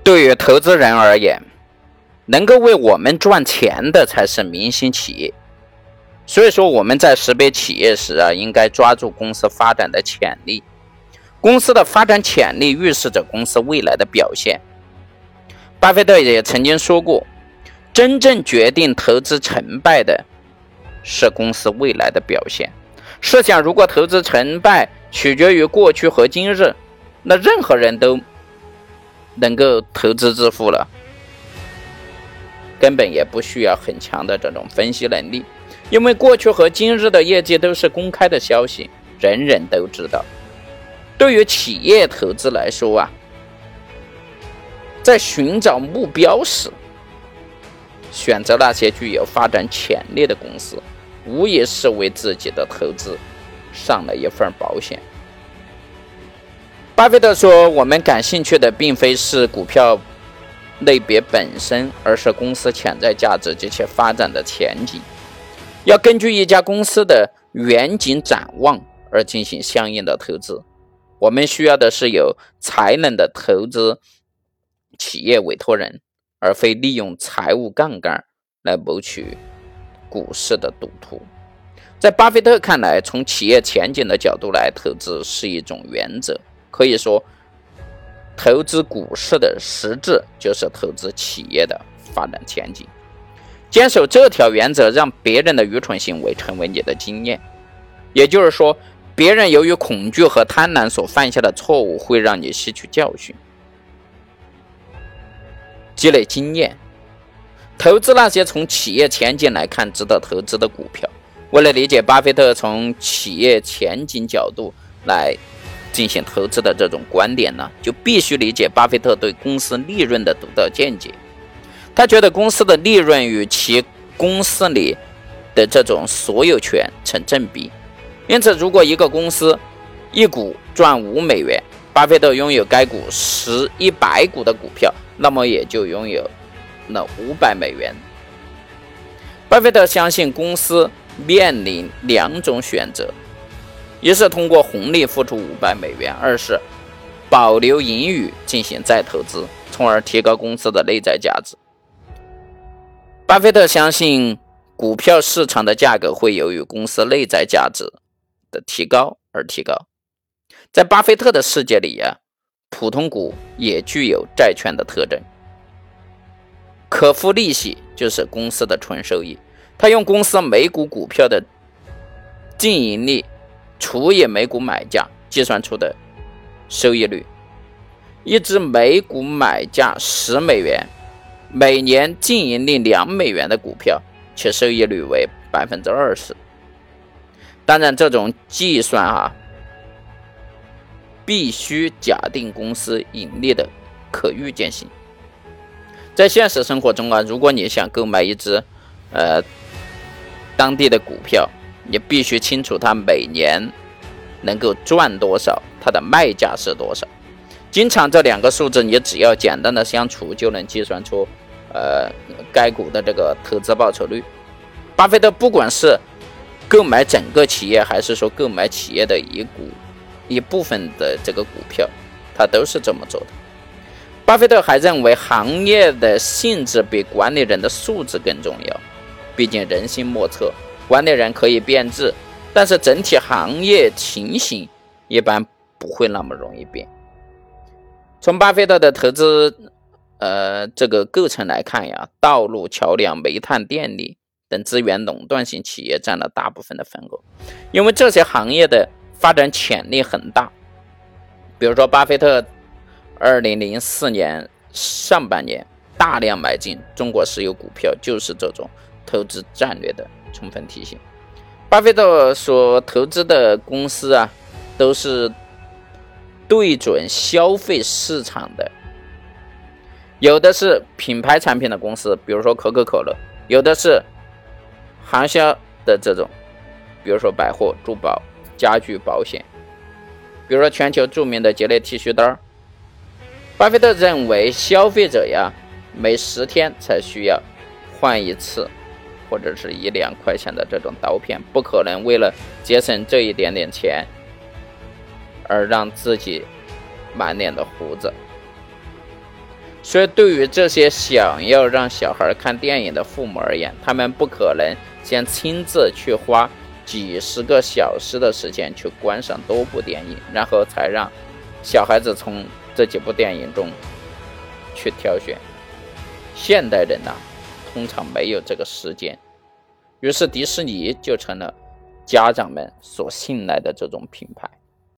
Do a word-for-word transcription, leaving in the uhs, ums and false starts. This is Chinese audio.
对于投资人而言，能够为我们赚钱的才是明星企业。所以说我们在识别企业时啊，应该抓住公司发展的潜力。公司的发展潜力预示着公司未来的表现。巴菲特也曾经说过，真正决定投资成败的是公司未来的表现。试想，如果投资成败取决于过去和今日，那任何人都能够投资致富了，根本也不需要很强的这种分析能力，因为过去和今日的业绩都是公开的消息，人人都知道。对于企业投资来说啊，在寻找目标时，选择那些具有发展潜力的公司，无疑是为自己的投资上了一份保险。巴菲特说，我们感兴趣的并非是股票类别本身，而是公司潜在价值及其发展的前景。要根据一家公司的远景展望而进行相应的投资。我们需要的是有才能的投资企业委托人，而非利用财务杠杆来谋取股市的赌徒。在巴菲特看来，从企业前景的角度来投资是一种原则，可以说投资股市的实质就是投资企业的发展前景。坚守这条原则，让别人的愚蠢行为成为你的经验。也就是说，别人由于恐惧和贪婪所犯下的错误，会让你吸取教训，积累经验，投资那些从企业前景来看值得投资的股票。为了理解巴菲特从企业前景角度来进行投资的这种观点呢，就必须理解巴菲特对公司利润的独到见解。他觉得公司的利润与其公司里的这种所有权成正比。因此，如果一个公司一股赚五美元，巴菲特拥有该股十一百股的股票，那么也就拥有了五百美元。巴菲特相信公司面临两种选择，一是通过红利付出五百美元，二是保留盈余进行再投资，从而提高公司的内在价值。巴菲特相信股票市场的价格会由于公司内在价值的提高而提高。在巴菲特的世界里啊，普通股也具有债券的特征。可付利息就是公司的纯收益，他用公司每股股票的净盈利除以每股买价计算出的收益率。一只每股买价十美元，每年净盈利两美元的股票，其收益率为 百分之二十。 当然这种计算啊，必须假定公司盈利的可预见性。在现实生活中啊，如果你想购买一只呃当地的股票，你必须清楚它每年能够赚多少，它的卖价是多少。经常这两个数字你只要简单的相除，就能计算出呃该股的这个投资报酬率。巴菲特不管是购买整个企业，还是说购买企业的一股一部分的这个股票，他都是这么做的。巴菲特还认为行业的性质比管理人的素质更重要，毕竟人心莫测，管理人可以变质，但是整体行业情形一般不会那么容易变。从巴菲特的投资呃这个构成来看呀，道路、桥梁、煤炭、电力等资源垄断型企业占了大部分的份额，因为这些行业的发展潜力很大。比如说巴菲特二零零四年上半年大量买进中国石油股票，就是这种投资战略的充分体现。巴菲特所投资的公司啊，都是对准消费市场的，有的是品牌产品的公司，比如说可口可乐，有的是行销的这种，比如说百货、珠宝、家具、保险，比如说全球著名的吉列剃须刀。巴菲特认为消费者呀，每十天才需要换一次或者是一两块钱的这种刀片，不可能为了节省这一点点钱而让自己满脸的胡子。 所以对于这些想要让小孩看电影的父母而言，他们不可能先亲自去花几十个小时的时间去观赏多部电影，然后才让小孩子从这几部电影中去挑选。现代人啊，通常没有这个时间，于是迪士尼就成了家长们所信赖的这种品牌。